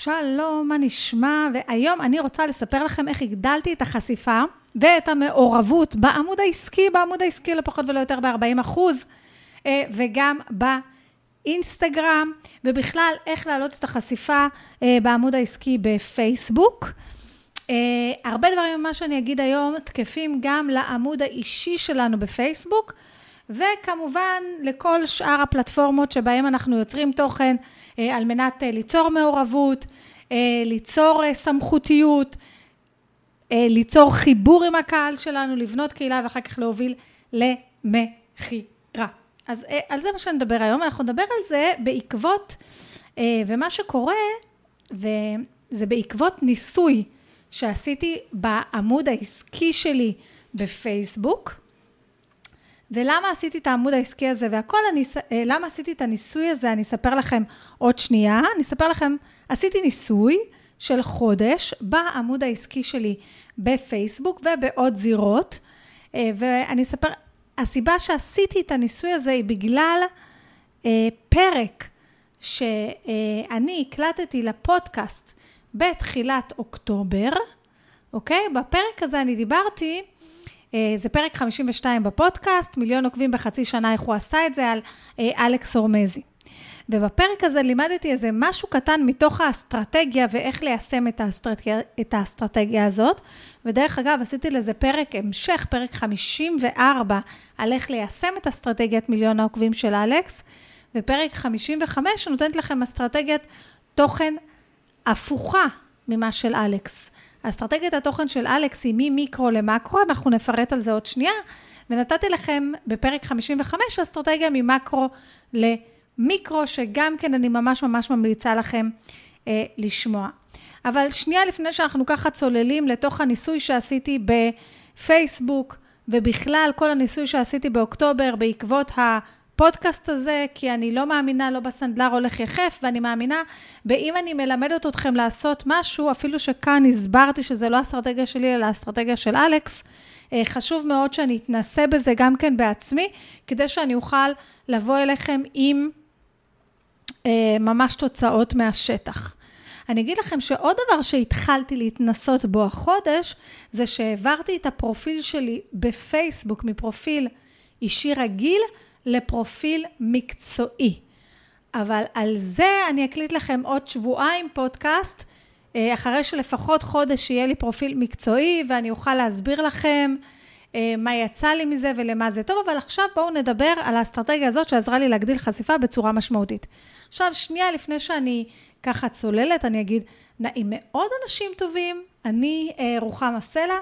שלום, מה נשמע? והיום אני רוצה לספר לכם איך הגדלתי את החשיפה ואת המעורבות בעמוד העסקי לפחות ולא יותר ב-40%, וגם באינסטגרם, ובכלל איך להעלות את החשיפה בעמוד העסקי בפייסבוק. הרבה דברים ממה שאני אגיד היום תקפים גם לעמוד האישי שלנו בפייסבוק, וכמובן לכל שאר הפלטפורמות שבהם אנחנו יוצרים תוכן על מנת ליצור מעורבות, ליצור סמכותיות, ליצור חיבור עם הקהל שלנו, לבנות קהילה ואחר כך להוביל למחירה. אז על זה מה שנדבר היום, אנחנו נדבר על זה בעקבות, ומה שקורה, וזה בעקבות ניסוי שעשיתי בעמוד העסקי שלי בפייסבוק. ולמה עשיתי את העמוד העסקי הזה והכל, למה עשיתי את הניסוי הזה, אני אספר לכם עוד שנייה, אני אספר לכם, עשיתי ניסוי של חודש בעמוד העסקי שלי בפייסבוק ובעוד זירות, ואני אספר, הסיבה שעשיתי את הניסוי הזה היא בגלל פרק שאני הקלטתי לפודקאסט בתחילת אוקטובר, אוקיי? בפרק הזה אני דיברתי, זה פרק 52 בפודקאסט, 1,000,000 עוקבים בחצי שנה, איך הוא עשה את זה, על אלכס הורמזי. ובפרק הזה לימדתי איזה משהו קטן מתוך האסטרטגיה, ואיך ליישם את האסטרטגיה הזאת. ודרך אגב, עשיתי לזה פרק המשך, פרק 54, על איך ליישם את אסטרטגיית 1,000,000 העוקבים של אלכס. ופרק 55, נותנת לכם אסטרטגיית תוכן הפוכה ממה של אלכס. האסטרטגיית התוכן של אלכס היא ממיקרו למקרו, אנחנו נפרט על זה עוד שנייה, ונתתי לכם בפרק 55 אסטרטגיה ממקרו למיקרו, שגם כן אני ממש ממליצה לכם לשמוע. אבל שנייה לפני שאנחנו ככה צוללים לתוך הניסוי שעשיתי בפייסבוק, ובכלל כל הניסוי שעשיתי באוקטובר בעקבות הפודקאסט הזה, כי אני לא מאמינה, לא בסנדלר הולך יחף, ואני מאמינה, באם אני מלמדת אתכם לעשות משהו, אפילו שכאן הסברתי שזה לא האסטרטגיה שלי, אלא האסטרטגיה של אלכס, חשוב מאוד שאני אתנסה בזה גם כן בעצמי, כדי שאני אוכל לבוא אליכם עם ממש תוצאות מהשטח. אני אגיד לכם שעוד דבר שהתחלתי להתנסות בו החודש, זה שהעברתי את הפרופיל שלי בפייסבוק, מפרופיל אישי רגיל, לפרופיל מקצועי. אבל על זה אני אקליט לכם עוד שבועיים פודקאסט, אחרי שלפחות חודש יהיה לי פרופיל מקצועי, ואני אוכל להסביר לכם מה יצא לי מזה ולמה זה טוב, אבל עכשיו בואו נדבר על האסטרטגיה הזאת שעזרה לי להגדיל חשיפה בצורה משמעותית. עכשיו שנייה לפני שאני ככה צוללת, אני אגיד, נעים מאוד אנשים טובים, אני רוחמה סלע,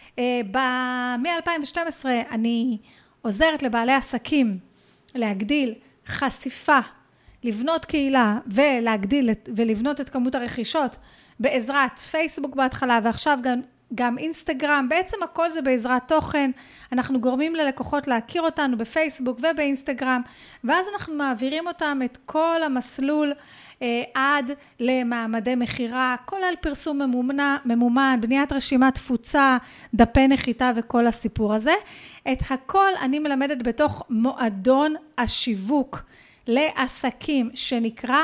מ-2012 אני עוזרת לבעלי עסקים להגדיל חשיפה, לבנות קהילה ולהגדיל ולבנות את כמות הרכישות בעזרת פייסבוק בהתחלה ועכשיו גם אינסטגרם, בעצם הכל זה בעזרת תוכן, אנחנו גורמים ללקוחות להכיר אותנו בפייסבוק ובאינסטגרם, ואז אנחנו מעבירים אותם את כל המסלול עד למעמדי מחירה, כולל פרסום ממומן, בניית רשימת תפוצה, דפי נחיתה וכל הסיפור הזה. את הכל אני מלמדת בתוך מועדון השיווק לעסקים שנקרא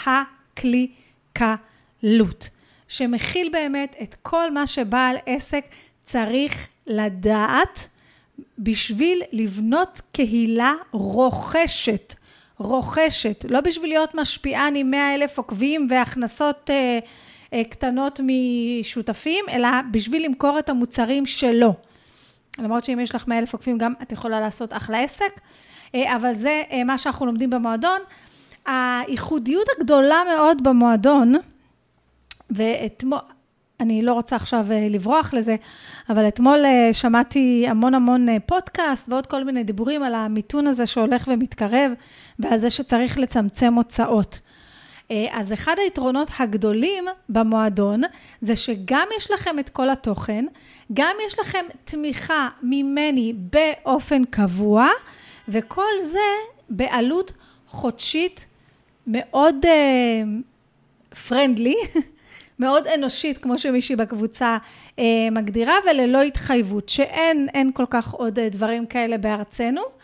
הקליקלות, שמכיל באמת את כל מה שבעל עסק צריך לדעת בשביל לבנות קהילה רוכשת, לא בשביל להיות משפיען עם 100,000 עוקבים והכנסות קטנות משותפים, אלא בשביל למכור את המוצרים שלו. למרות שאם יש לך 100,000 עוקבים גם את יכולה לעשות אחלה עסק, אבל זה מה שאנחנו לומדים במועדון. הייחודיות הגדולה מאוד במועדון, אני לא רוצה עכשיו לברוח לזה, אבל אתמול שמעתי המון פודקאסט ועוד כל מיני דיבורים על המיתון הזה שהולך ומתקרב, ועל זה שצריך לצמצם הוצאות. אז אחד היתרונות הגדולים במועדון, זה שגם יש לכם את כל התוכן, גם יש לכם תמיכה ממני באופן קבוע, וכל זה בעלות חודשית מאוד פרנדלי, מאוד אנושית, כמו שמישהי בקבוצה מגדירה, וללא התחייבות, שאין כל כך עוד דברים כאלה בארצנו.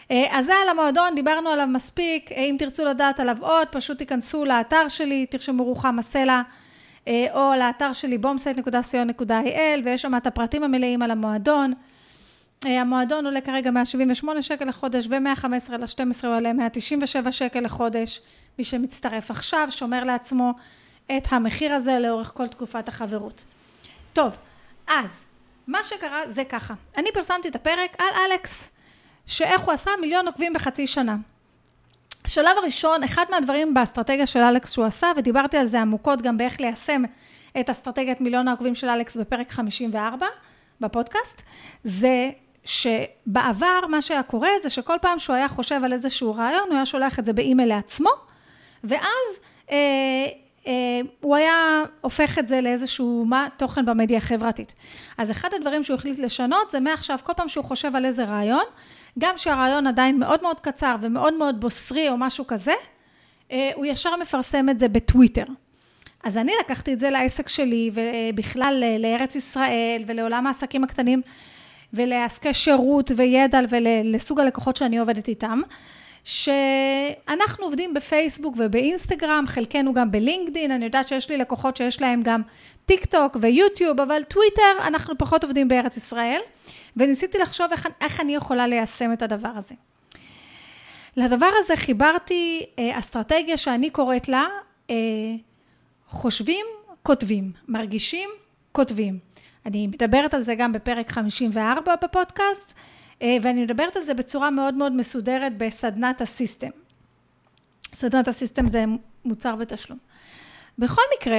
אז זה על המועדון, דיברנו עליו מספיק, אם תרצו לדעת עליו עוד, פשוט תיכנסו לאתר שלי, תרשמו רוחמה סלע, או לאתר שלי bombsite.co.il, ויש שם את הפרטים המלאים על המועדון. המועדון עולה כרגע 178 שקל לחודש, ו-115 ל-12 עולה 197 שקל לחודש. מי שמצטרף עכשיו שומר לעצמו את המחיר הזה לאורך כל תקופת החברות. טוב, אז מה שקרה זה ככה. אני פרסמתי את הפרק על אלכס, שאיך הוא עשה 1,000,000 עוקבים בחצי שנה. השלב הראשון, אחד מהדברים באסטרטגיה של אלכס שהוא עשה, ודיברתי על זה עמוקות גם באיך ליישם את אסטרטגיית 1,000,000 העוקבים של אלכס בפרק 54 בפודקאסט, זה שבעבר מה שהיה קורה זה שכל פעם שהוא היה חושב על איזשהו רעיון, הוא היה שולח את זה באימייל לעצמו, ואז הוא היה הופך את זה לאיזשהו תוכן במדיה החברתית. אז אחד הדברים שהוא החליט לשנות זה מעכשיו, כל פעם שהוא חושב על איזה רעיון, גם שהרעיון עדיין מאוד מאוד קצר ומאוד מאוד בוסרי או משהו כזה, הוא ישר מפרסם את זה בטוויטר. אז אני לקחתי את זה לעסק שלי ובכלל לארץ ישראל ולעולם העסקים הקטנים ולעסקי שירות וידע ולסוג הלקוחות שאני עובדת איתם, שאנחנו עובדים בפייסבוק ובאינסטגרם, חלקנו גם בלינקדין, אני יודעת שיש לי לקוחות שיש להם גם טיק טוק ויוטיוב, אבל טוויטר אנחנו פחות עובדים בארץ ישראל, וניסיתי לחשוב איך אני יכולה ליישם את הדבר הזה. לדבר הזה חיברתי אסטרטגיה שאני קוראת לה, חושבים, כותבים, מרגישים, כותבים. אני מדברת על זה גם בפרק 54 בפודקאסט, ואני מדברת על זה בצורה מאוד מאוד מסודרת בסדנת הסיסטם. סדנת הסיסטם זה מוצר בתשלום. בכל מקרה,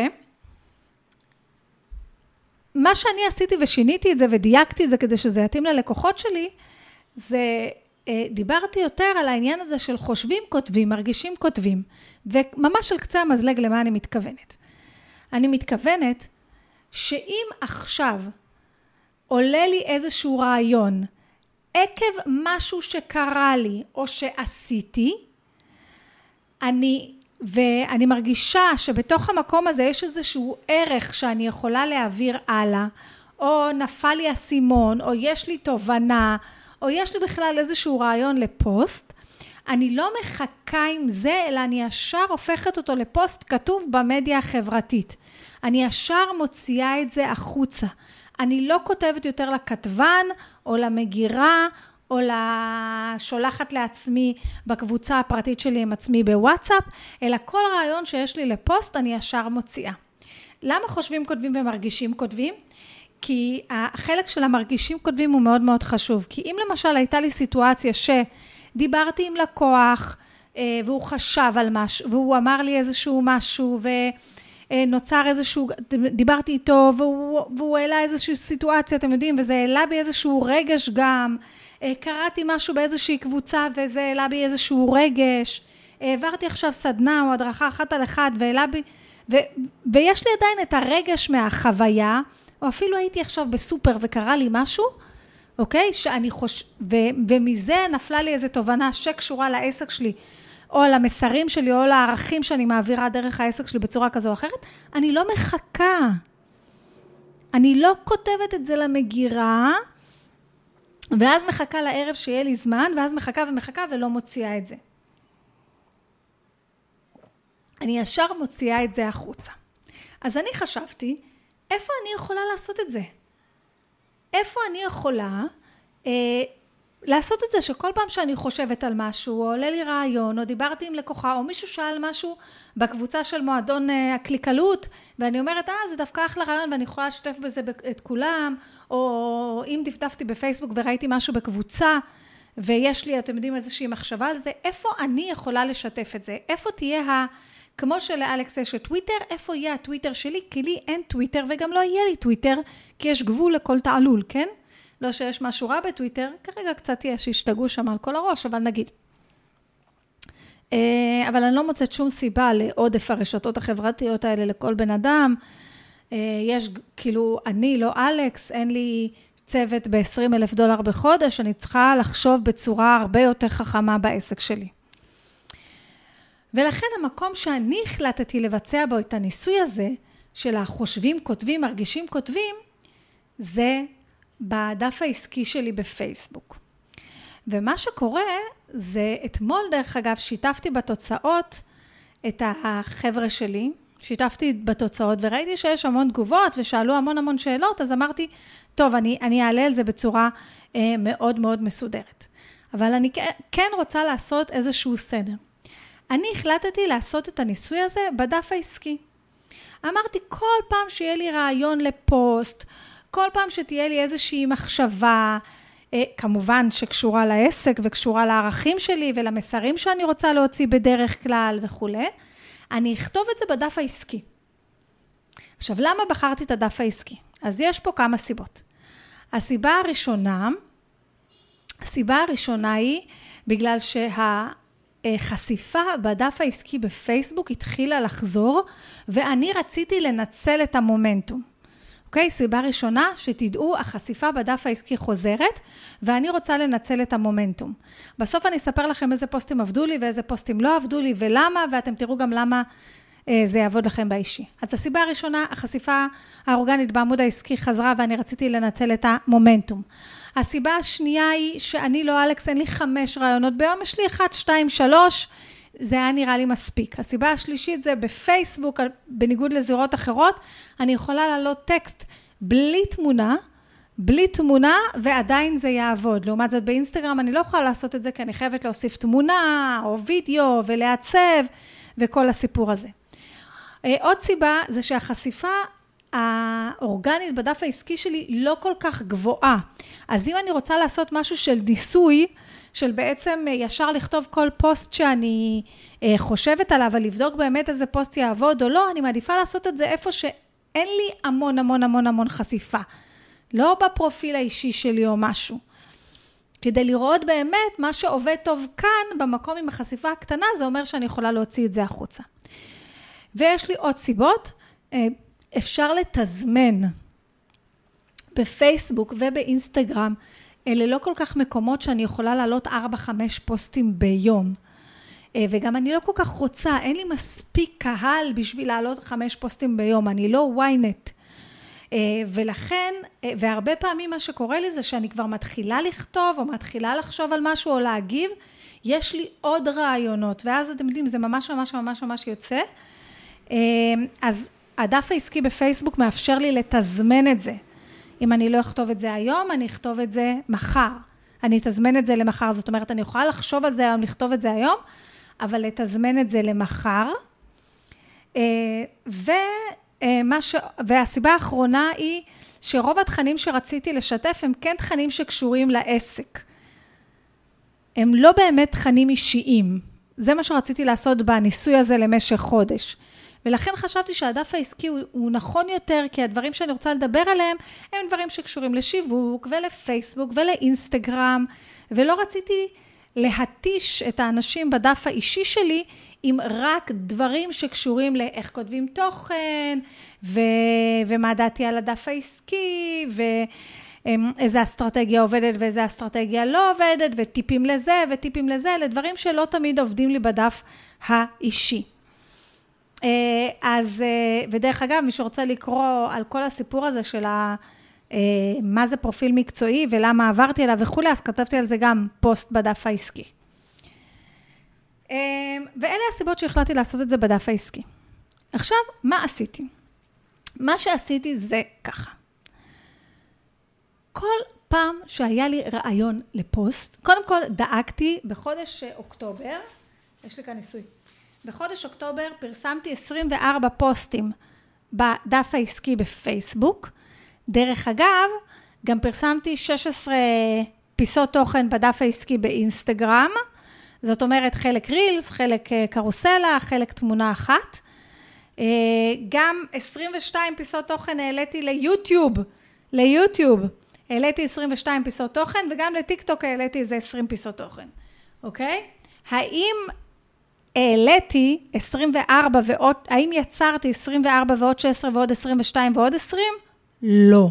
מה שאני עשיתי ושיניתי את זה ודייקתי את זה כדי שזה יתאים ללקוחות שלי, זה דיברתי יותר על העניין הזה של חושבים, כותבים, מרגישים, כותבים, וממש על קצה המזלג למה אני מתכוונת. אני מתכוונת שאם עכשיו עולה לי איזשהו רעיון, עקב משהו שקרה לי או שעשיתי, ואני מרגישה שבתוך המקום הזה יש איזשהו ערך שאני יכולה להעביר הלאה, או נפל לי הסימון, או יש לי תובנה, או יש לי בכלל איזשהו רעיון לפוסט, אני לא מחכה עם זה, אלא אני ישר הופכת אותו לפוסט כתוב במדיה החברתית. אני ישר מוציאה את זה החוצה. אני לא כותבת יותר לכתבן, או למגירה, או שולחת לעצמי בקבוצה הפרטית שלי עם עצמי בוואטסאפ, אלא כל רעיון שיש לי לפוסט אני ישר מוציאה. למה חושבים כותבים ומרגישים כותבים? כי החלק של המרגישים כותבים הוא מאוד מאוד חשוב. כי אם למשל הייתה לי סיטואציה שדיברתי עם לקוח, והוא חשב על משהו, והוא אמר לי איזשהו משהו, ונוצר איזשהו, דיברתי איתו, והוא העלה איזושהי סיטואציה, אתם יודעים, וזה העלה בי איזשהו רגש גם, קראתי משהו באיזושהי קבוצה, וזה העלה בי איזשהו רגש, העברתי עכשיו סדנה או הדרכה אחת על אחד, והעלה בי, ויש לי עדיין את הרגש מהחוויה, או אפילו הייתי עכשיו בסופר וקרה לי משהו, אוקיי? ומזה נפלה לי איזו תובנה שקשורה לעסק שלי, או למסרים שלי, או לערכים שאני מעבירה דרך העסק שלי בצורה כזו או אחרת, אני לא מחכה. אני לא כותבת את זה למגירה, ואז מחכה לערב שיהיה לי זמן, ואז מחכה ומחכה ולא מוציאה את זה. אני ישר מוציאה את זה החוצה. אז אני חשבתי, איפה אני יכולה לעשות את זה? איפה אני יכולה לעשות את זה שכל פעם שאני חושבת על משהו, או עולה לי רעיון, או דיברתי עם לקוחה, או מישהו שאל משהו בקבוצה של מועדון הקליקלות, ואני אומרת, זה דווקא אחלה רעיון, ואני יכולה לשתף בזה את כולם, או אם דפדפתי בפייסבוק וראיתי משהו בקבוצה, ויש לי, אתם יודעים, איזושהי מחשבה על זה, איפה אני יכולה לשתף את זה? איפה תהיה כמו שלאלכס יש טוויטר, איפה יהיה הטוויטר שלי? כי לי אין טוויטר, וגם לא יהיה לי טוויטר, כי יש גבול לכל תעלול, כן? לא שיש משהו רע בטוויטר, כרגע קצת יהיה שישתגעו שם על כל הראש, אבל נגיד. אבל אני לא מוצאת שום סיבה לעודף הרשתות החברתיות האלה לכל בן אדם. יש, כאילו, אני לא אלכס, אין לי צוות $20,000 בחודש, אני צריכה לחשוב בצורה הרבה יותר חכמה בעסק שלי. ולכן המקום שאני החלטתי לבצע בו את הניסוי הזה, של החושבים, כותבים, מרגישים, כותבים, זה בדף העסקי שלי בפייסבוק. ומה שקורה זה, אתמול דרך אגב, שיתפתי בתוצאות את החבר'ה שלי, שיתפתי בתוצאות וראיתי שיש המון תגובות ושאלו המון שאלות, אז אמרתי, טוב, אני אעלה על זה בצורה מאוד מאוד מסודרת. אבל אני כן רוצה לעשות איזשהו סדר. אני החלטתי לעשות את הניסוי הזה בדף העסקי. אמרתי, כל פעם שיהיה לי רעיון לפוסט, כל פעם שתהיה לי איזושהי מחשבה, כמובן שקשורה לעסק וקשורה לערכים שלי ולמסרים שאני רוצה להוציא בדרך כלל וכו', אני אכתוב את זה בדף העסקי. עכשיו, למה בחרתי את הדף העסקי? אז יש פה כמה סיבות. הסיבה הראשונה היא בגלל שהחשיפה בדף העסקי בפייסבוק התחילה לחזור, ואני רציתי לנצל את המומנטום. אוקיי? סיבה ראשונה, שתדעו, החשיפה בדף העסקי חוזרת, ואני רוצה לנצל את המומנטום. בסוף אני אספר לכם איזה פוסטים עבדו לי, ואיזה פוסטים לא עבדו לי, ולמה, ואתם תראו גם למה זה יעבוד לכם באישי. אז הסיבה הראשונה, החשיפה האורגנית בעמוד העסקי חזרה, ואני רציתי לנצל את המומנטום. הסיבה השנייה היא שאני לא אלכס, אין לי 5 רעיונות ביום, יש לי 1, 2, 3, זה היה נראה לי מספיק. הסיבה השלישית זה בפייסבוק, בניגוד לזירות אחרות, אני יכולה לעלות טקסט בלי תמונה, ועדיין זה יעבוד. לעומת זאת באינסטגרם אני לא יכולה לעשות את זה, כי אני חייבת להוסיף תמונה, או וידאו, ולעצב, וכל הסיפור הזה. עוד סיבה זה שהחשיפה האורגנית בדף העסקי שלי לא כל כך גבוהה. אז אם אני רוצה לעשות משהו של ניסוי, של בעצם ישר לכתוב כל פוסט שאני חושבת עליו, ולבדוק באמת איזה פוסט יעבוד או לא, אני מעדיפה לעשות את זה איפה שאין לי המון חשיפה. לא בפרופיל האישי שלי או משהו. כדי לראות באמת מה שעובד טוב כאן, במקום עם החשיפה הקטנה, זה אומר שאני יכולה להוציא את זה החוצה. ויש לי עוד סיבות, אפשר לתזמן בפייסבוק ובאינסטגרם, אלה לא כל כך מקומות שאני יכולה לעלות 4-5 פוסטים ביום. וגם אני לא כל כך רוצה, אין לי מספיק קהל בשביל לעלות 5 פוסטים ביום, אני לא וויינט. ולכן, והרבה פעמים מה שקורה לי זה שאני כבר מתחילה לכתוב, או מתחילה לחשוב על משהו, או להגיב, יש לי עוד רעיונות, ואז אתם יודעים, זה ממש יוצא. אז הדף העסקי בפייסבוק מאפשר לי לתזמן את זה. אם אני לא אכתוב את זה היום, אני אכתוב את זה מחר. אני אתזמן את זה למחר. זאת אומרת, אני יכולה לחשוב על זה היום, לכתוב את זה היום, אבל לתזמן את זה למחר. והסיבה האחרונה היא שרוב התכנים שרציתי לשתף הם כן תכנים שקשורים לעסק. הם לא באמת תכנים אישיים. זה מה שרציתי לעשות בניסוי הזה למשך חודש. ולכן חשבתי שהדף העסקי הוא נכון יותר, כי הדברים שאני רוצה לדבר עליהם, הם דברים שקשורים לשיווק ולפייסבוק ולאינסטגרם, ולא רציתי להתיש את האנשים בדף האישי שלי, עם רק דברים שקשורים לאיך כותבים תוכן, ומה דעתי על הדף העסקי, ואיזה אסטרטגיה עובדת ואיזה אסטרטגיה לא עובדת, וטיפים לזה וטיפים לזה, לדברים שלא תמיד עובדים לי בדף האישי. אז, ודרך אגב, מי שרוצה לקרוא על כל הסיפור הזה של מה זה פרופיל מקצועי ולמה עברתי עליו וכו', אז כתבתי על זה גם פוסט בדף העסקי. ואלה הסיבות שהחלטתי לעשות את זה בדף העסקי. עכשיו, מה עשיתי? מה שעשיתי זה ככה. כל פעם שהיה לי רעיון לפוסט, קודם כל דאגתי בחודש אוקטובר, יש לי כאן ניסוי, בחודש אוקטובר פרסמתי 24 פוסטים בדף העסקי בפייסבוק. דרך אגב, גם פרסמתי 16 פיסות תוכן בדף העסקי באינסטגרם. זאת אומרת, חלק רילס, חלק קרוסלה, חלק תמונה אחת. גם 22 פיסות תוכן העליתי ליוטיוב. העליתי 22 פיסות תוכן, וגם לטיקטוק העליתי איזה 20 פיסות תוכן. אוקיי? האם העליתי 24 ועוד, האם יצרתי 24 ועוד 16 ועוד 22 ועוד 20? לא.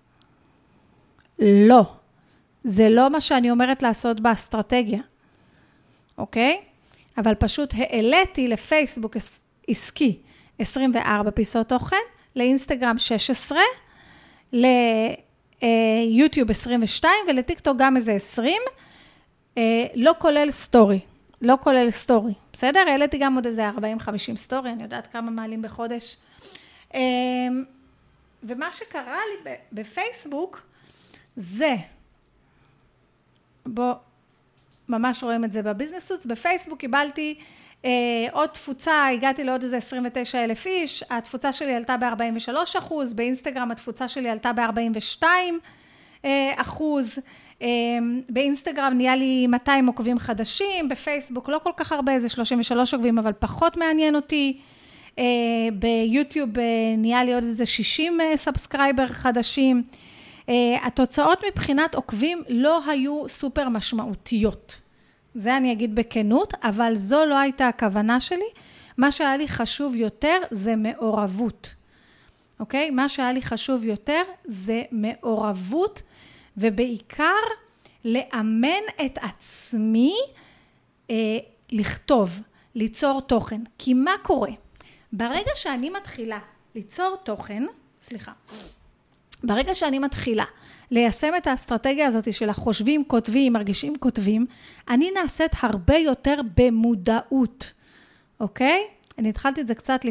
לא. זה לא מה שאני אומרת לעשות באסטרטגיה. אוקיי? אבל פשוט העליתי לפייסבוק עסקי 24 פיסות תוכן, לאינסטגרם 16, ליוטיוב 22 ולטיקטוק גם איזה 20, לא כולל סטורי. לא כולל סטורי. בסדר? העליתי גם עוד איזה 40-50 סטורי, אני יודעת כמה מעלים בחודש. ומה שקרה לי בפייסבוק, זה, בוא, ממש רואים את זה בביזנסוס, בפייסבוק קיבלתי עוד תפוצה, הגעתי לעוד איזה 29,000 איש, התפוצה שלי עלתה ב-43%, באינסטגרם התפוצה שלי עלתה ב-42%, באינסטגרם נהיה לי 200 עוקבים חדשים, בפייסבוק לא כל כך הרבה, איזה 33 עוקבים, אבל פחות מעניין אותי, ביוטיוב נהיה לי עוד איזה 60 סאבסקרייבר חדשים, התוצאות מבחינת עוקבים לא היו סופר משמעותיות. זה אני אגיד בכנות, אבל זו לא הייתה הכוונה שלי. מה שהיה לי חשוב יותר זה מעורבות. אוקיי? מה שהיה לי חשוב יותר זה מעורבות, ובעיקר לאמן את עצמי לכתוב, ליצור תוכן. כי מה קורה? ברגע שאני מתחילה ליצור תוכן, ברגע שאני מתחילה ליישם את האסטרטגיה הזאת של החושבים, כותבים, מרגישים, כותבים, אני נעשית הרבה יותר במודעות, אוקיי? אני התחלתי את זה קצת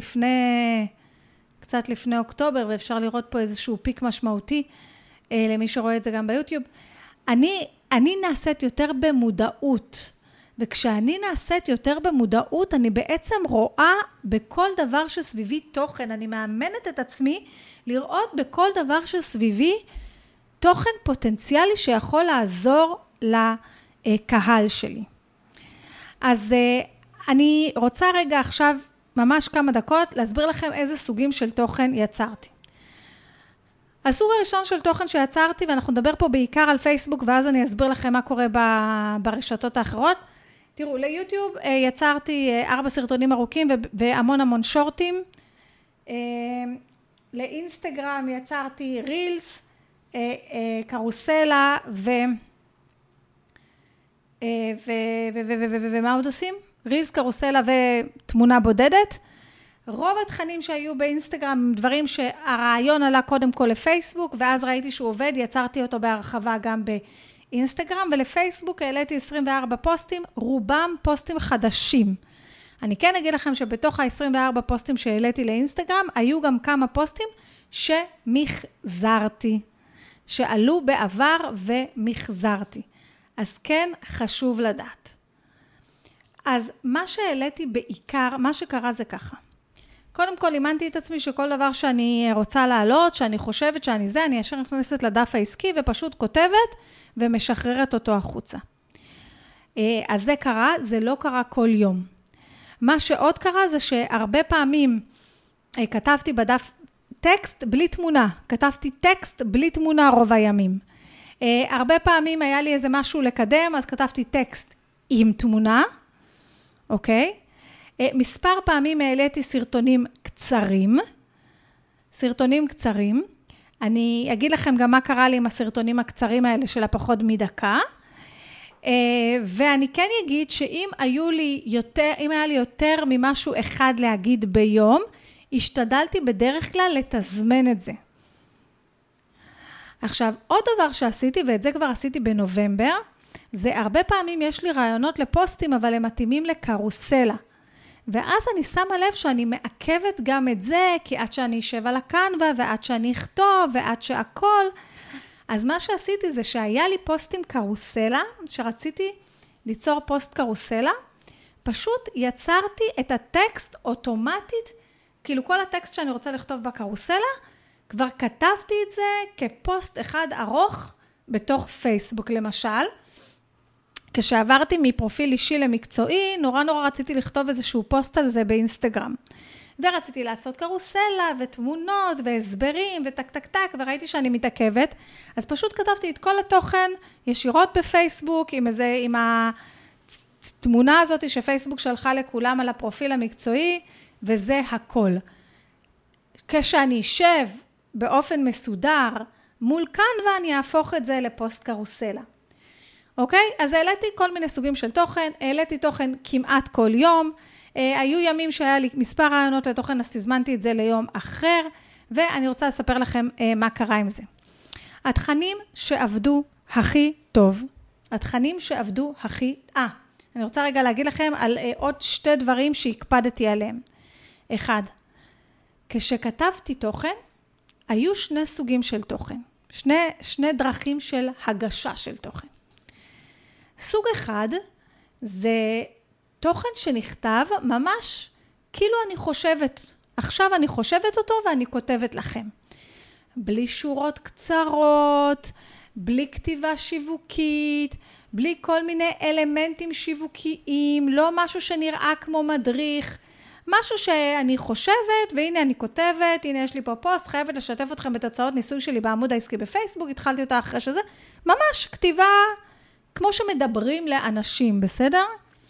לפני אוקטובר, ואפשר לראות פה איזשהו פיק משמעותי, למי שרואה את זה גם ביוטיוב. אני נעשית יותר במודעות, וכשאני נעשית יותר במודעות, אני בעצם רואה בכל דבר שסביבי תוכן, אני מאמנת את עצמי לראות בכל דבר שסביבי תוכן פוטנציאלי שיכול לעזור לקהל שלי. אז אני רוצה רגע עכשיו, ממש כמה דקות, להסביר לכם איזה סוגים של תוכן יצרתי. הסוג הראשון של תוכן שיצרתי, ואנחנו נדבר פה בעיקר על פייסבוק, ואז אני אסביר לכם מה קורה ברשתות האחרות. תראו, ליוטיוב יצרתי 4 סרטונים ארוכים והמון שורטים. לאינסטגרם יצרתי רילס, קרוסלה ומה עוד עושים? רילס, קרוסלה ותמונה בודדת. רוב התכנים שהיו באינסטגרם, דברים שהרעיון עלה קודם כל לפייסבוק, ואז ראיתי שהוא עובד, יצרתי אותו בהרחבה גם באינסטגרם, ולפייסבוק העליתי 24 פוסטים, רובם פוסטים חדשים. אני כן אגיד לכם שבתוך ה-24 פוסטים שהעליתי לאינסטגרם, היו גם כמה פוסטים שמחזרתי, שעלו בעבר ומחזרתי. אז כן חשוב לדעת. אז מה שהעליתי בעיקר, מה שקרה זה ככה. קודם כל, אימנתי את עצמי שכל דבר שאני רוצה לעלות, שאני חושבת שאני זה, אני ישר נכנסת לדף העסקי ופשוט כותבת ומשחררת אותו החוצה. אז זה קרה, זה לא קרה כל יום. מה שעוד קרה זה שהרבה פעמים כתבתי בדף טקסט בלי תמונה, כתבתי טקסט בלי תמונה רוב הימים. הרבה פעמים היה לי איזה משהו לקדם, אז כתבתי טקסט עם תמונה, אוקיי? מספר פעמים העליתי סרטונים קצרים, אני אגיד לכם גם מה קרה לי עם הסרטונים הקצרים האלה של הפחות מדקה, ואני כן אגיד שאם היה לי יותר ממשהו אחד להגיד ביום, השתדלתי בדרך כלל לתזמן את זה. עכשיו, עוד דבר שעשיתי, ואת זה כבר עשיתי בנובמבר, זה הרבה פעמים יש לי רעיונות לפוסטים, אבל הם מתאימים לקרוסלה. ואז אני שמה לב שאני מעכבת גם את זה, כי עד שאני אשב על הקנבה, ועד שאני אכתוב, ועד שהכל. אז מה שעשיתי זה שהיה לי פוסטים קרוסלה, שרציתי ליצור פוסט קרוסלה, פשוט יצרתי את הטקסט אוטומטית, כאילו כל הטקסט שאני רוצה לכתוב בקרוסלה, כבר כתבתי את זה כפוסט אחד ארוך בתוך פייסבוק למשל. כשעברתי מפרופיל אישי למקצועי, נורא רציתי לכתוב איזשהו פוסט על זה באינסטגרם. ורציתי לעשות קרוסלה ותמונות והסברים וטק, וראיתי שאני מתעכבת. אז פשוט כתבתי את כל התוכן ישירות בפייסבוק, עם התמונה הזאת שפייסבוק שלחה לכולם על הפרופיל המקצועי, וזה הכל. כשאני אשב באופן מסודר מול כאן, ואני אהפוך את זה לפוסט קרוסלה. אוקיי? אז העליתי כל מיני סוגים של תוכן, העליתי תוכן כמעט כל יום, היו ימים שהיה לי מספר רעיונות לתוכן, אז תזמנתי את זה ליום אחר, ואני רוצה לספר לכם מה קרה עם זה. התכנים שעבדו הכי טוב, התכנים שעבדו הכי... אני רוצה רגע להגיד לכם על עוד 2 דברים שהקפדתי עליהם. 1, כשכתבתי תוכן, היו 2 סוגים של תוכן. 2 דרכים של הגשה של תוכן. סוג אחד זה תוכן שנכתב ממש כאילו אני חושבת. עכשיו אני חושבת אותו ואני כותבת לכם. בלי שורות קצרות, בלי כתיבה שיווקית, בלי כל מיני אלמנטים שיווקיים, לא משהו שנראה כמו מדריך, משהו שאני חושבת, והנה אני כותבת, הנה יש לי פה פוסט, חייבת לשתף אתכם בתוצאות ניסוי שלי בעמוד העסקי בפייסבוק, התחלתי אותה אחרי שזה, ממש כתיבה כמו שמדברים לאנשים, בסדר?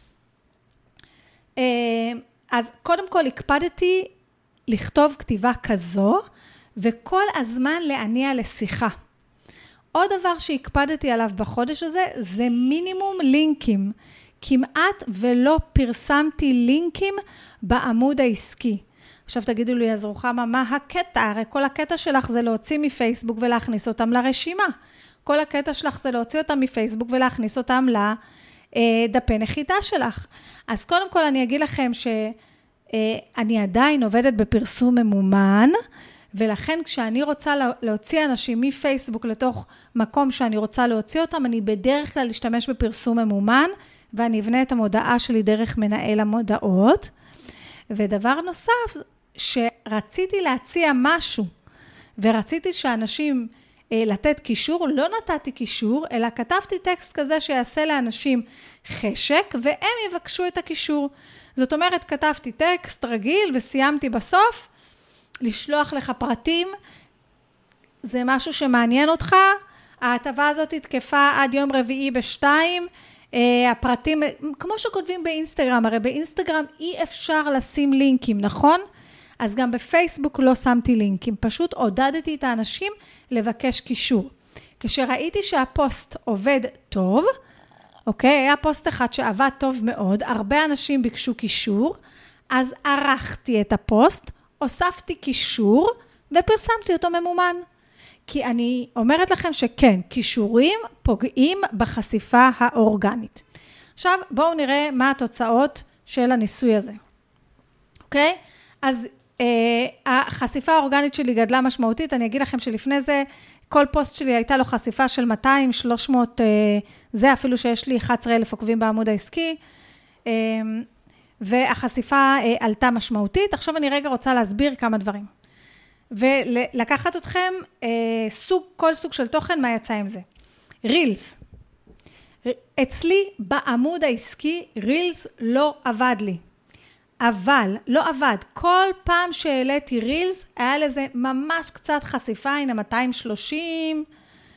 אז קודם כל הקפדתי לכתוב כתיבה כזו, וכל הזמן להניע לשיחה. עוד דבר שהקפדתי עליו בחודש הזה, זה מינימום לינקים. כמעט ולא פרסמתי לינקים בעמוד העסקי. עכשיו תגידו לי, אז רוחמה, מה הקטע? הרי כל הקטע שלך זה להוציא מפייסבוק ולהכניס אותם לרשימה. כל הקטע שלך זה להוציא אותם מפייסבוק ולהכניס אותם לדפי נחיתה שלך. אז קודם כל אני אגיד לכם שאני עדיין עובדת בפרסום ממומן, ולכן כשאני רוצה להוציא אנשים מפייסבוק לתוך מקום שאני רוצה להוציא אותם, אני בדרך כלל אשתמש בפרסום ממומן, ואני אבנה את המודעה שלי דרך מנהל המודעות. ודבר נוסף, שרציתי להציע משהו, ורציתי שאנשים לתת קישור, לא נתתי קישור, אלא כתבתי טקסט כזה שיעשה לאנשים חשק, והם יבקשו את הקישור. זאת אומרת, כתבתי טקסט רגיל, וסיימתי בסוף, לשלוח לך פרטים, זה משהו שמעניין אותך, ההטבה הזאת תקפה עד יום רביעי ב-2, הפרטים, כמו שכותבים באינסטגרם, הרי באינסטגרם אי אפשר לשים לינקים, נכון? אז גם בפייסבוק לא שמתי לינקים, פשוט עודדתי את האנשים לבקש קישור. כשראיתי שהפוסט עובד טוב, אוקיי, היה פוסט אחד שעבד טוב מאוד, הרבה אנשים ביקשו קישור, אז ערכתי את הפוסט, הוספתי קישור ופרסמתי אותו ממומן. כי אני אומרת לכם שכן, קישורים פוגעים בחשיפה האורגנית. עכשיו בואו נראה מה התוצאות של הניסוי הזה. אוקיי? אז החשיפה האורגנית שלי גדלה משמעותית, אני אגיד לכם שלפני זה, כל פוסט שלי הייתה לו חשיפה של 200, 300, זה אפילו שיש לי 11,000 עוקבים בעמוד העסקי, והחשיפה עלתה משמעותית. עכשיו אני רגע רוצה להסביר כמה דברים. ולקחת אתכם כל סוג של תוכן, מה יצא עם זה. רילס. אצלי בעמוד העסקי, רילס לא עבד לי. אבל לא עבד. כל פעם שהעליתי רילס, היה לזה ממש קצת חשיפה, הנה 230,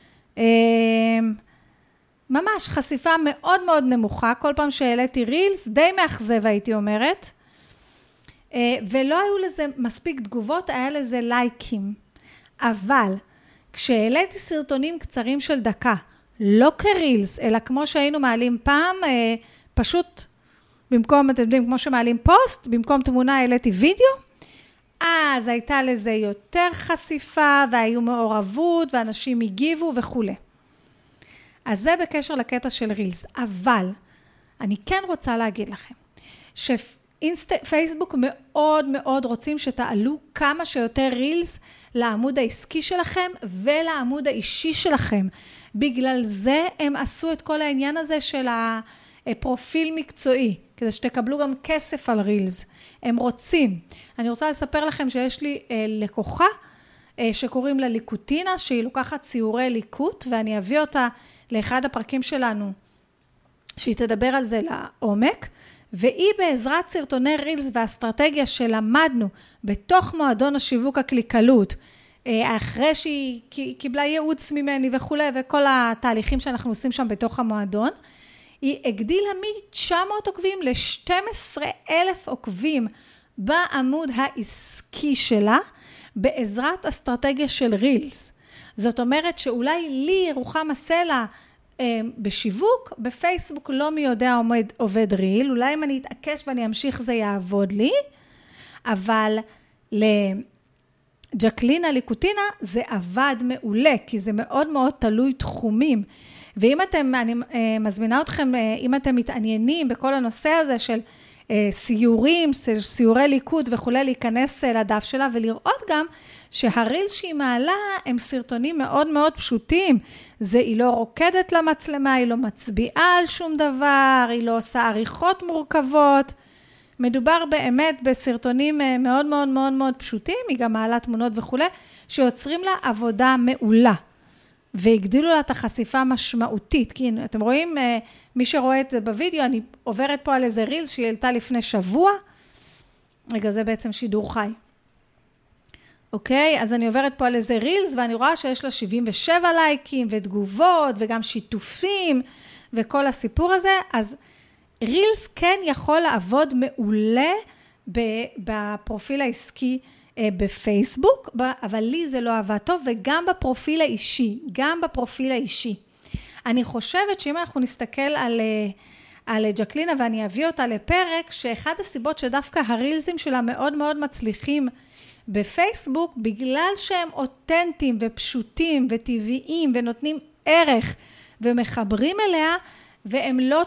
ממש חשיפה מאוד מאוד נמוכה, כל פעם שהעליתי רילס, די מאכזב הייתי אומרת, ולא היו לזה מספיק תגובות, היה לזה לייקים. אבל כשהעליתי סרטונים קצרים של דקה, לא כרילס, אלא כמו שהיינו מעלים פעם, פשוט במקום, אתם יודעים, כמו שמעלים פוסט, במקום תמונה העליתי וידאו, אז הייתה לזה יותר חשיפה, והיו מעורבות, ואנשים הגיבו וכו'. אז זה בקשר לקטע של רילס. אבל אני כן רוצה להגיד לכם, פייסבוק מאוד מאוד רוצים שתעלו כמה שיותר רילס לעמוד העסקי שלכם ולעמוד האישי שלכם. בגלל זה הם עשו את כל העניין הזה של הפרופיל מקצועי, כדי שתקבלו גם כסף על רילס. הם רוצים. אני רוצה לספר לכם שיש לי לקוחה שקוראים לה ליקוטינה, שהיא לוקחת ציורי ליקוט, ואני אביא אותה לאחד הפרקים שלנו, שהיא תדבר על זה לעומק, והיא בעזרת סרטוני רילס והאסטרטגיה שלמדנו בתוך מועדון השיווק הקליקלות, אחרי שהיא קיבלה ייעוץ ממני וכו', וכל התהליכים שאנחנו עושים שם בתוך המועדון, היא הגדילה מ-900 עוקבים ל-12,000 עוקבים בעמוד העסקי שלה, בעזרת אסטרטגיה של רילס. זאת אומרת שאולי לי, רוחמה סלע, בשיווק, בפייסבוק לא מי יודע עובד ריל, אולי אם אני אתעקש ואני אמשיך זה יעבוד לי, אבל לג'קלינה ליקוטינה זה עבד מעולה, כי זה מאוד מאוד תלוי תחומים, אני מזמינה אתכם, אם אתם מתעניינים בכל הנושא הזה של סיורים, סיורי ליכוד וכו', להיכנס לדף שלה ולראות גם שהרילס שהיא מעלה הם סרטונים מאוד מאוד פשוטים. היא לא רוקדת למצלמה, היא לא מצביעה על שום דבר, היא לא עושה עריכות מורכבות. מדובר באמת בסרטונים מאוד מאוד מאוד מאוד פשוטים, היא גם מעלה תמונות וכו', שיוצרים לה עבודה מעולה. והגדילו לה את החשיפה משמעותית, כי אתם רואים, מי שרואה את זה בווידאו, אני עוברת פה על איזה רילס שהיא העלתה לפני שבוע, רגע, זה בעצם שידור חי. אוקיי, אז אני עוברת פה על איזה רילס, ואני רואה שיש לה 77 לייקים, ותגובות, וגם שיתופים, וכל הסיפור הזה, אז רילס כן יכול לעבוד מעולה בפרופיל העסקי, בפייסבוק, אבל לי זה לא עבד טוב, וגם בפרופיל האישי, אני חושבת שאם אנחנו נסתכל על ג'קלינה, ואני אביא אותה לפרק, שאחד הסיבות שדווקא הרילסים שלה מאוד מאוד מצליחים בפייסבוק, בגלל שהם אותנטיים ופשוטים וטבעיים, ונותנים ערך, ומחברים אליה, והם לא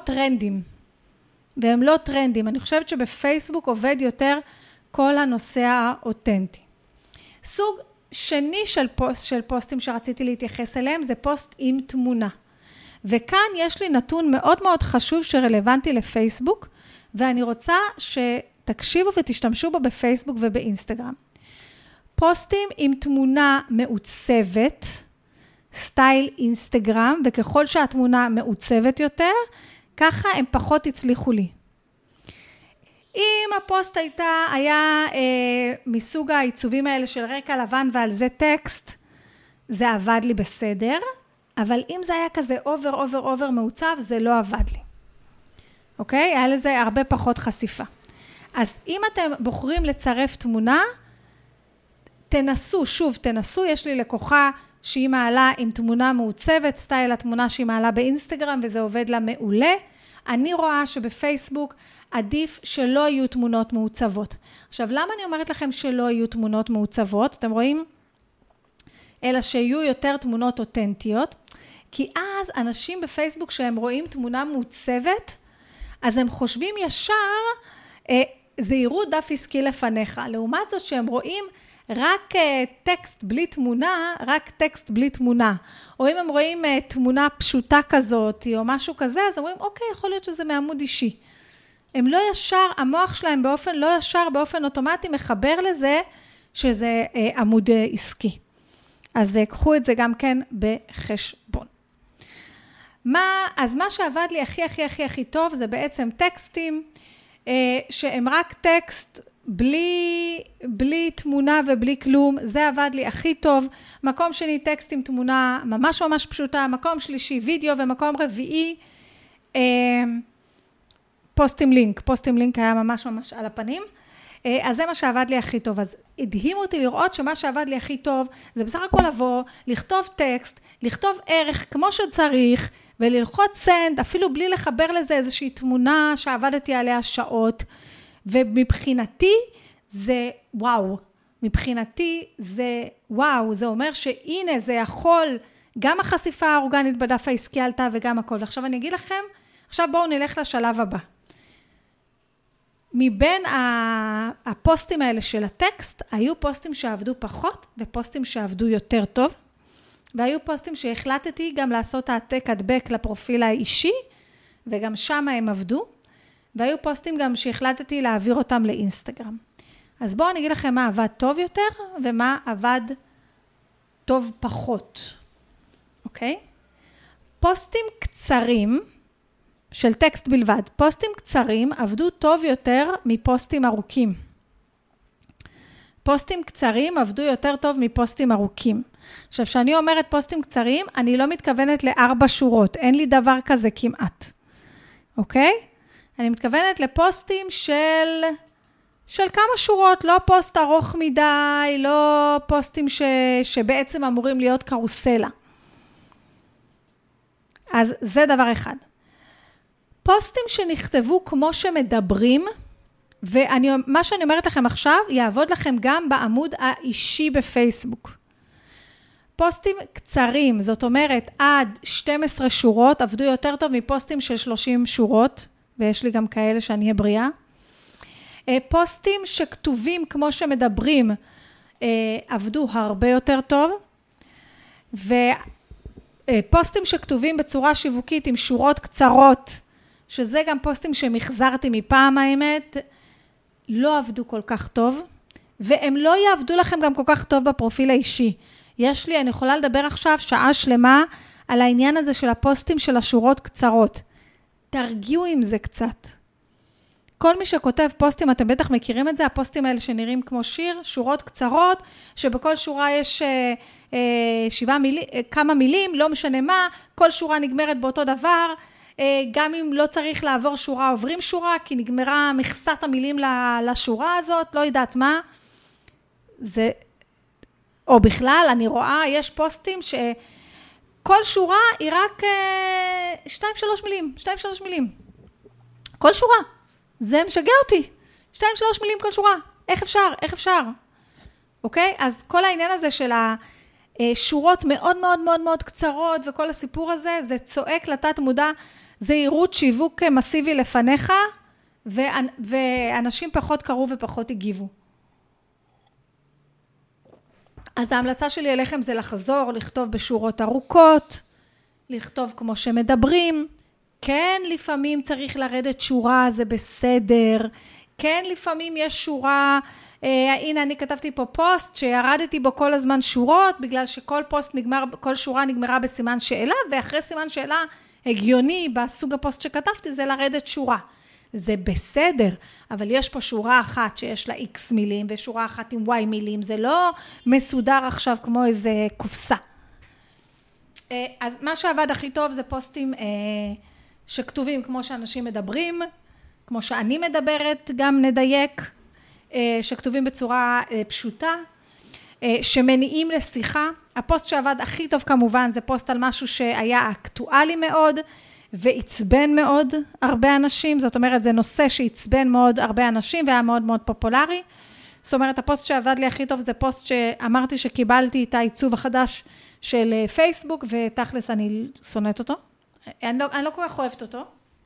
טרנדים. אני חושבת שבפייסבוק עובד יותר כל הנושא האותנטי. סוג שני של פוסטים שרציתי להתייחס אליהם, זה פוסט עם תמונה. וכאן יש לי נתון מאוד מאוד חשוב שרלוונטי לפייסבוק, ואני רוצה שתקשיבו ותשתמשו בו בפייסבוק ובאינסטגרם. פוסטים עם תמונה מעוצבת, סטייל אינסטגרם, וככל שהתמונה מעוצבת יותר, ככה הם פחות הצליחו לי. אם הפוסט היה מסוג העיצובים האלה של רקע לבן ועל זה טקסט, זה עבד לי בסדר, אבל אם זה היה כזה אובר מעוצב, זה לא עבד לי. אוקיי? היה לזה הרבה פחות חשיפה. אז אם אתם בוחרים לצרף תמונה, תנסו, יש לי לקוחה שהיא מעלה עם תמונה מעוצבת, סטייל התמונה שהיא מעלה באינסטגרם, וזה עובד לה מעולה. אני רואה שבפייסבוק עדיף שלא יהיו תמונות מעוצבות. עכשיו, למה אני אומרת לכם שלא יהיו תמונות מעוצבות? אתם רואים? אלא שיהיו יותר תמונות אותנטיות, כי אז אנשים בפייסבוק שהם רואים תמונה מעוצבת, אז הם חושבים ישר, זהירות דף עסקי לפניך. לעומת זאת שהם רואים רק טקסט בלי תמונה, או אם הם רואים תמונה פשוטה כזאת, או משהו כזה, אז הם אומרים, אוקיי, יכול להיות שזה מעמוד אישי. הם לא ישר, המוח שלהם באופן אוטומטי מחבר לזה שזה עמוד עסקי. אז קחו את זה גם כן בחשבון. אז מה שעבד לי הכי טוב זה בעצם טקסטים שהם רק טקסט בלי תמונה ובלי כלום, זה עבד לי הכי טוב. מקום שני טקסט עם תמונה ממש פשוטה, מקום שלישי וידאו, ומקום רביעי פוסט עם לינק היה ממש על הפנים. אז זה מה שעבד לי הכי טוב. אז הדהים אותי לראות שמה שעבד לי הכי טוב, זה בסך הכל לבוא, לכתוב טקסט, לכתוב ערך כמו שצריך, וללחוץ סנד, אפילו בלי לחבר לזה איזושהי תמונה שעבדתי עליה שעות. ומבחינתי זה וואו. זה אומר שהנה זה יכול, גם החשיפה האורגנית בדף העסקי עלתה וגם הכל. ועכשיו אני אגיד לכם, עכשיו בואו נלך לשלב הבא. מבין הפוסטים האלה של הטקסט, היו פוסטים שעבדו פחות ופוסטים שעבדו יותר טוב, והיו פוסטים שהחלטתי גם לעשות העתק הדבק לפרופיל האישי, וגם שם הם עבדו, והיו פוסטים גם שהחלטתי להעביר אותם לאינסטגרם. אז בואו אני אגיד לכם מה עבד טוב יותר, ומה עבד טוב פחות. אוקיי? פוסטים קצרים, של טקסט בלבד. פוסטים קצרים עבדו טוב יותר מפוסטים ארוכים. פוסטים קצרים עבדו יותר טוב מפוסטים ארוכים. עכשיו, כשאני אומרת פוסטים קצרים, אני לא מתכוונת ל4 שורות. אין לי דבר כזה כמעט. אוקיי? אני מתכוונת לפוסטים של כמה שורות, לא פוסט ארוך מדי, לא פוסטים שבעצם אמורים להיות קרוסלה. אז זה דבר אחד. פוסטים שנכתבו כמו שמדברים, ומה שאני אומרת לכם עכשיו, יעבוד לכם גם בעמוד האישי בפייסבוק. פוסטים קצרים, זאת אומרת, עד 12 שורות, עבדו יותר טוב מפוסטים של 30 שורות, ויש לי גם כאלה שאני אהיה בריאה. פוסטים שכתובים כמו שמדברים, עבדו הרבה יותר טוב, ופוסטים שכתובים בצורה שיווקית עם שורות קצרות, שזה גם פוסטים שמחזרתי מפעם האמת, לא עבדו כל כך טוב, והם לא יעבדו לכם גם כל כך טוב בפרופיל האישי. אני יכולה לדבר עכשיו שעה שלמה על העניין הזה של הפוסטים של השורות קצרות. תרגיעו עם זה קצת. כל מי שכותב פוסטים, אתם בטח מכירים את זה, הפוסטים האלה שנראים כמו שיר, שורות קצרות, שבכל שורה יש כמה מילים, לא משנה מה, כל שורה נגמרת באותו דבר, גם אם לא צריך לעבור שורה, עוברים שורה, כי נגמרה מכסת המילים לשורה הזאת, לא יודעת מה. או בכלל, אני רואה, יש פוסטים שכל שורה היא רק 2-3 מילים. כל שורה. זה משגע אותי. 2-3 מילים כל שורה. איך אפשר? אוקיי? אז כל העניין הזה של השורות מאוד מאוד מאוד מאוד קצרות, וכל הסיפור הזה, זה צועק לתת מודע, זהירות שיווק מסיבי לפניך, ואנשים פחות קראו ופחות הגיבו. אז ההמלצה שלי אליכם זה לחזור, לכתוב בשורות ארוכות, לכתוב כמו שמדברים. כן, לפעמים צריך לרדת שורה, זה בסדר. כן, לפעמים יש שורה, הנה אני כתבתי פה פוסט שירדתי בו כל הזמן שורות, בגלל שכל כל שורה נגמרה בסימן שאלה, ואחרי סימן שאלה הגיוני בסוג הפוסט שכתבתי זה לרדת שורה. זה בסדר, אבל יש פה שורה אחת שיש לה X מילים, ושורה אחת עם Y מילים, זה לא מסודר עכשיו כמו איזה קופסה. אז מה שעבד הכי טוב זה פוסטים שכתובים כמו שאנשים מדברים, כמו שאני מדברת, גם נדייק, שכתובים בצורה פשוטה, שמניעים לשיחה. הפוסט שעבד הכי טוב כמובן זה פוסט על משהו שהיה אקטואלי מאוד, ועצבן מאוד הרבה אנשים, זאת אומרת זה נושא שעצבן מאוד הרבה אנשים והיה מאוד מאוד פופולרי. זאת אומרת הפוסט שעבד לי הכי טוב זה פוסט שאמרתי שקיבלתי את העיצוב החדש של פייסבוק, ותכלס אני שונאת אותו. אני לא כל כך אוהבת אותו.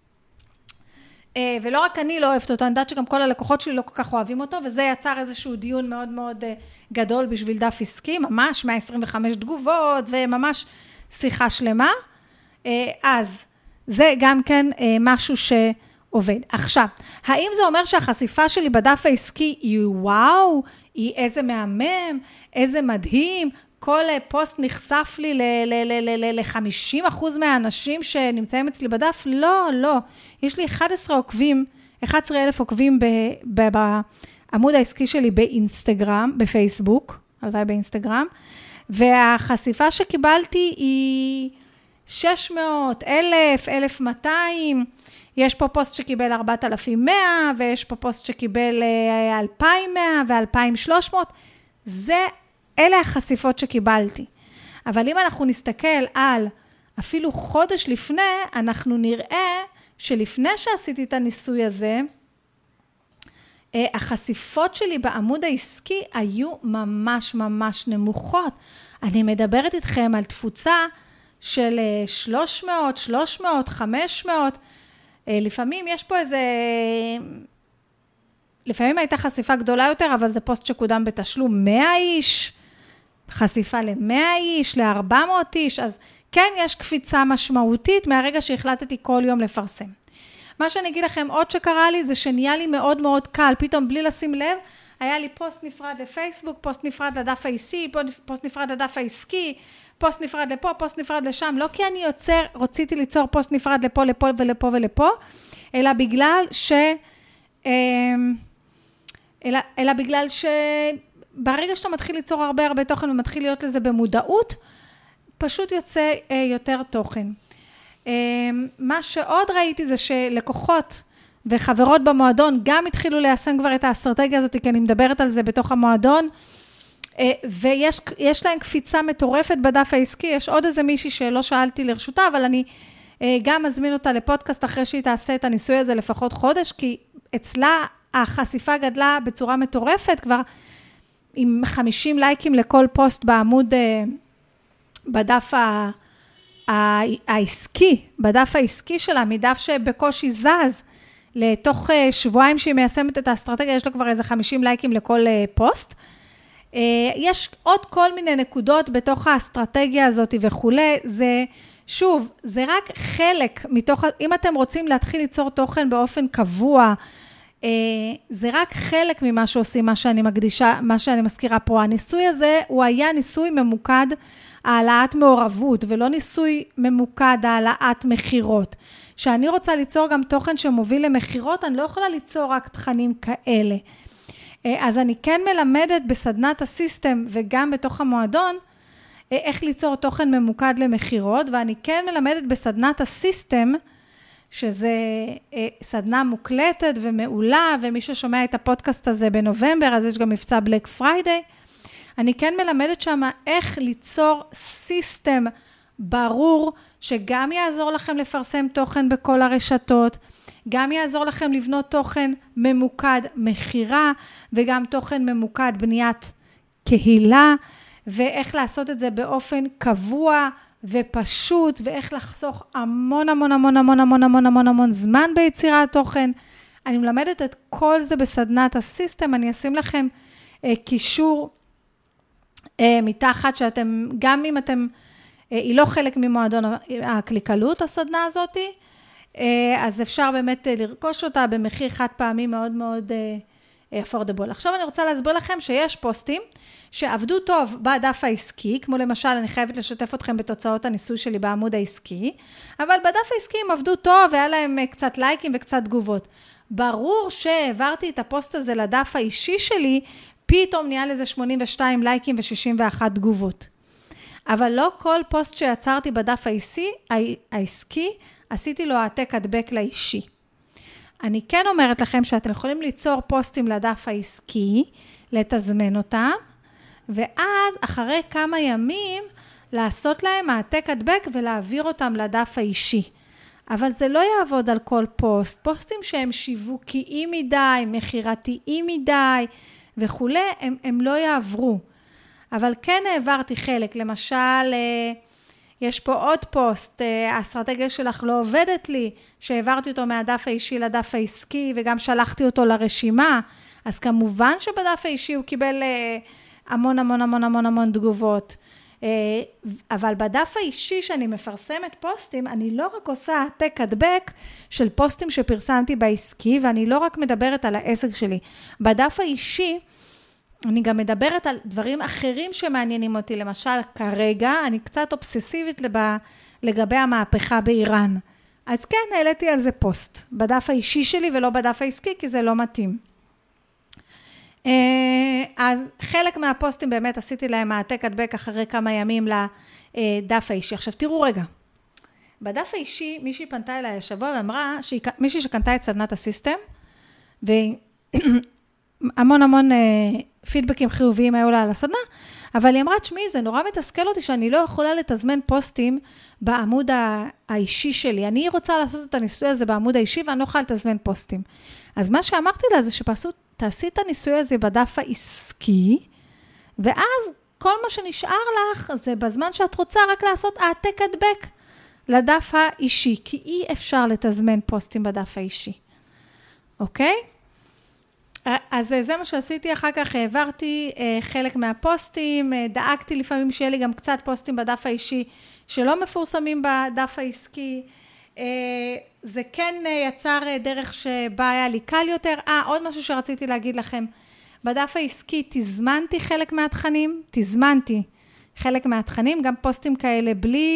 ולא רק אני לא אוהבת אותו, אני יודעת שגם כל הלקוחות שלי לא כל כך אוהבים אותו, וזה יצר איזשהו דיון מאוד מאוד גדול בשביל דף עסקי, ממש 125 תגובות, וממש שיחה שלמה. אז זה גם כן משהו שעובד. עכשיו, האם זה אומר שהחשיפה שלי בדף העסקי היא וואו, היא איזה מהמם, איזה מדהים, כל פוסט נחשף לי ל-50% מהאנשים שנמצאים אצלי בדף? לא, לא. יש לי 11,000 עוקבים בעמוד העסקי שלי באינסטגרם, בפייסבוק, הלוואי באינסטגרם, והחשיפה שקיבלתי היא 600, 1,000, 1,200, יש פה פוסט שקיבל 4,100, ויש פה פוסט שקיבל 2,100 ו-2,300, אלה החשיפות שקיבלתי. אבל אם אנחנו נסתכל על אפילו חודש לפני, אנחנו נראה שלפני שעשיתי את הניסוי הזה, החשיפות שלי בעמוד העסקי היו ממש ממש נמוכות. אני מדברת איתכם על תפוצה של 300, 500, לפעמים יש פה לפעמים הייתה חשיפה גדולה יותר, אבל זה פוסט שקודם בתשלום 100 איש, חשיפה ל-100 איש, ל-400 איש, אז כן יש קפיצה משמעותית מהרגע שהחלטתי כל יום לפרסם. מה שאני אגיד לכם עוד שקרה לי, זה שנהיה לי מאוד מאוד קל, פתאום בלי לשים לב, היה לי פוסט נפרד לפייסבוק, פוסט נפרד לדף האישי, פוסט נפרד לדף העסקי, פוסט נפרד לפה, פוסט נפרד לשם, לא כי אני רציתי ליצור פוסט נפרד לפה, לפה ולפה ולפה, אלא בגלל שברגע שאתה מתחיל ליצור הרבה תוכן ומתחיל להיות לזה במודעות, פשוט יוצא יותר תוכן. מה שעוד ראיתי זה שלקוחות וחברות במועדון גם התחילו ליישם כבר את האסטרטגיה הזאת, כי אני מדברת על זה בתוך המועדון, ויש להם קפיצה מטורפת בדף העסקי. יש עוד איזה מישהי שלא שאלתי לרשותה, אבל אני גם אזמין אותה לפודקאסט אחרי שהיא תעשה את הניסוי הזה לפחות חודש, כי אצלה החשיפה גדלה בצורה מטורפת, כבר עם 50 לייקים לכל פוסט בעמוד בדף העסקי, בדף העסקי שלה, מדף שבקושי זז, לתוך שבועיים שהיא מיישמת את האסטרטגיה, יש לה כבר איזה 50 לייקים לכל פוסט. יש עוד כל מיני נקודות בתוך האסטרטגיה הזאת וכולי, שוב, זה רק חלק מתוך, אם אתם רוצים להתחיל ליצור תוכן באופן קבוע, זה רק חלק ממה שעושים, מה שאני מזכירה פה. הניסוי הזה, הוא היה ניסוי ממוקד העלאת מעורבות, ולא ניסוי ממוקד העלאת מחירות. שאני רוצה ליצור גם תוכן שמוביל למחירות, אני לא יכולה ליצור רק תכנים כאלה. אז אני כן מלמדת בסדנת הסיסטם, וגם בתוך המועדון, איך ליצור תוכן ממוקד למחירות, ואני כן מלמדת בסדנת הסיסטם, שזה סדנה מוקלטת ומעולה, ומי ששומע את הפודקאסט הזה בנובמבר, אז יש גם מבצע בלק פריידיי, אני כן מלמדת שם איך ליצור סיסטם ברור, שגם יעזור לכם לפרסם תוכן בכל הרשתות, גם יעזור לכם לבנות תוכן ממוקד מחירה, וגם תוכן ממוקד בניית קהילה, ואיך לעשות את זה באופן קבוע ופשוט, ואיך לחסוך המון המון המון המון המון המון המון המון זמן ביצירת תוכן. אני מלמדת את כל זה בסדנת הסיסטם, אני אשים לכם קישור מתחת, שאתם, גם אם אתם, היא לא חלק ממועדון הקליקלות, הסדנה הזאת, אז אפשר באמת לרכוש אותה במחיר חד פעמי מאוד מאוד affordable. עכשיו אני רוצה להסביר לכם שיש פוסטים שעבדו טוב בדף העסקי, כמו למשל אני חייבת לשתף אתכם בתוצאות הניסוי שלי בעמוד העסקי, אבל בדף העסקי הם עבדו טוב והיה להם קצת לייקים וקצת תגובות. ברור שהעברתי את הפוסט הזה לדף האישי שלי, פתאום נהיה לזה 82 לייקים ו61 תגובות. אבל לא כל פוסט שיצרתי בדף העסקי, עשיתי לו העתק הדבק לאישי. אני כן אומרת לכם שאתם יכולים ליצור פוסטים לדף העסקי, לתזמן אותם, ואז אחרי כמה ימים לעשות להם העתק הדבק ולהעביר אותם לדף האישי. אבל זה לא יעבוד על כל פוסט. פוסטים שהם שיווקיים מדי, מחירתיים מדי וכולי, הם לא יעברו. אבל כן העברתי חלק, למשל, יש פה עוד פוסט, האסטרטגיה שלך לא עובדת לי, שהעברתי אותו מהדף האישי לדף העסקי, וגם שלחתי אותו לרשימה, אז כמובן שבדף האישי הוא קיבל המון המון המון המון המון תגובות. אבל בדף האישי שאני מפרסמת פוסטים, אני לא רק עושה העתק הדבק של פוסטים שפרסמתי בעסקי, ואני לא רק מדברת על העסק שלי. בדף האישי, אני גם מדברת על דברים אחרים שמעניינים אותי, למשל כרגע אני קצת אובססיבית לגבי המהפכה באיראן. אז כן, העליתי על זה פוסט, בדף האישי שלי ולא בדף העסקי, כי זה לא מתאים. אז חלק מהפוסטים באמת עשיתי להם העתק הדבק אחרי כמה ימים לדף האישי. עכשיו תראו רגע, בדף האישי מישהי פנתה אליי השבוע ואמרה, מישהי שקנתה את סדנת הסיסטם, והמון המון פידבקים חיוביים היו לה על הסדנה, אבל היא אמרה, תשמעי, זה נורא מתסכל אותי שאני לא יכולה לתזמן פוסטים בעמוד האישי שלי. אני רוצה לעשות את הניסוי הזה בעמוד האישי, ואני לא יכולה לתזמן פוסטים. אז מה שאמרתי לה זה שפשוט תעשי את הניסוי הזה בדף העסקי, ואז כל מה שנשאר לך זה בזמן שאת רוצה רק לעשות העתק הדבק לדף האישי, כי אי אפשר לתזמן פוסטים בדף האישי. אוקיי? אז זה מה שעשיתי, אחר כך העברתי חלק מהפוסטים, דאגתי לפעמים שיהיה לי גם קצת פוסטים בדף האישי שלא מפורסמים בדף העסקי, זה כן יצר דרך שבה היה לי קל יותר. עוד משהו שרציתי להגיד לכם, בדף העסקי תזמנתי חלק מהתכנים, גם פוסטים כאלה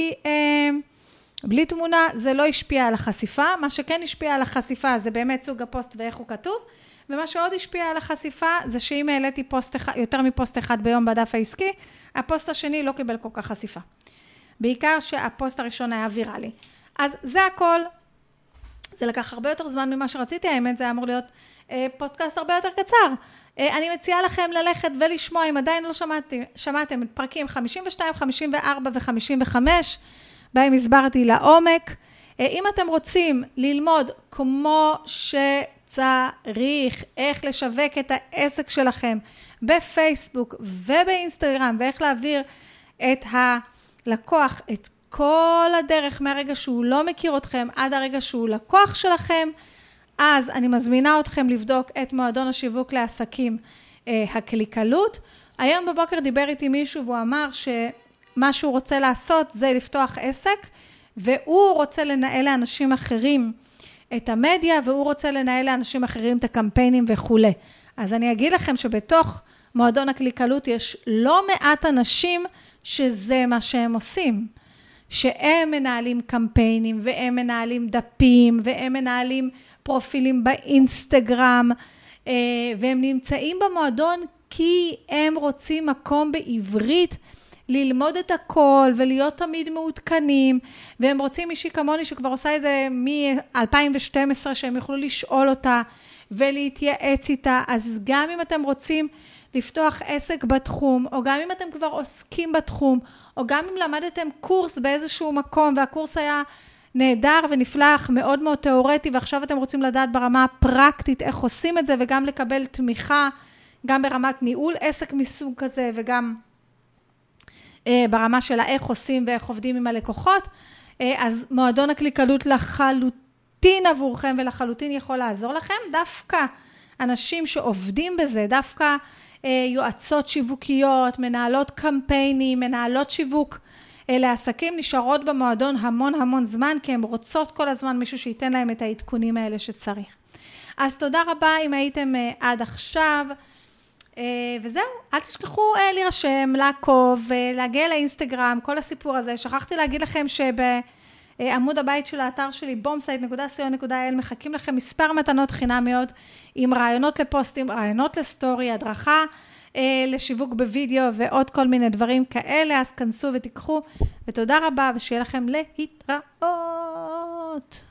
בלי תמונה, זה לא השפיע על החשיפה, מה שכן השפיע על החשיפה זה באמת סוג הפוסט ואיך הוא כתוב, ומה שעוד השפיע על החשיפה זה שאם העליתי יותר מפוסט אחד ביום בדף העסקי, הפוסט השני לא קיבל כל כך חשיפה. בעיקר שהפוסט הראשון היה ויראלי. אז זה הכל, זה לקח הרבה יותר זמן ממה שרציתי, האמת זה אמור להיות פודקאסט הרבה יותר קצר. אני מציעה לכם ללכת ולשמוע, אם עדיין לא שמעתם את פרקים 52, 54 ו-55, בהם הסברתי לעומק. אם אתם רוצים ללמוד כמו שצריך, איך לשווק את העסק שלכם בפייסבוק ובאינסטגרם, ואיך להעביר את לקוח את כל הדרך מהרגע שהוא לא מכיר אתכם עד הרגע שהוא לקוח שלכם, אז אני מזמינה אתכם לבדוק את מועדון השיווק לעסקים הקליקלות. היום בבוקר דיבר איתי מישהו והוא אמר שמה שהוא רוצה לעשות זה לפתוח עסק, והוא רוצה לנהל לאנשים אחרים את המדיה, והוא רוצה לנהל לאנשים אחרים את הקמפיינים וכו'. אז אני אגיד לכם שבתוך מועדון הקליקלות יש לא מעט אנשים שזה מה שהם עושים. שהם מנהלים קמפיינים, והם מנהלים דפים, והם מנהלים פרופילים באינסטגרם, והם נמצאים במועדון כי הם רוצים מקום בעברית, ללמוד את הכל ולהיות תמיד מעודכנים, והם רוצים מישהי כמוני שכבר עושה את זה מ-2012, שהם יוכלו לשאול אותה ולהתייעץ איתה. אז גם אם אתם רוצים לפתוח עסק בתחום, או גם אם אתם כבר עוסקים בתחום, או גם אם למדתם קורס באיזשהו מקום, והקורס היה נהדר ונפלח, מאוד מאוד תיאורטי, ועכשיו אתם רוצים לדעת ברמה הפרקטית איך עושים את זה, וגם לקבל תמיכה, גם ברמת ניהול עסק מסוג כזה, וגם ברמה של איך עושים ואיך עובדים עם הלקוחות, אז מועדון הקליקלות לחלוטין עבורכם, ולחלוטין יכול לעזור לכם. דווקא אנשים שעובדים בזה, דווקא יועצות שיווקיות, מנהלות קמפיינים, מנהלות שיווק לעסקים, נשארות במועדון המון זמן, כי הן רוצות כל הזמן מישהו שייתן להם את העדכונים האלה שצריך. אז תודה רבה אם הייתם עד עכשיו, וזהו, אל תשכחו להירשם, לעקוב, להגיע לאינסטגרם, כל הסיפור הזה. שכחתי להגיד לכם שבעמוד הבית של האתר שלי, bombsite.co.il, מחכים לכם מספר מתנות חינמיות, עם רעיונות לפוסטים, רעיונות לסטורי, הדרכה לשיווק בווידאו, ועוד כל מיני דברים כאלה. אז כנסו ותיקחו, ותודה רבה, ושיהיה לכם להתראות.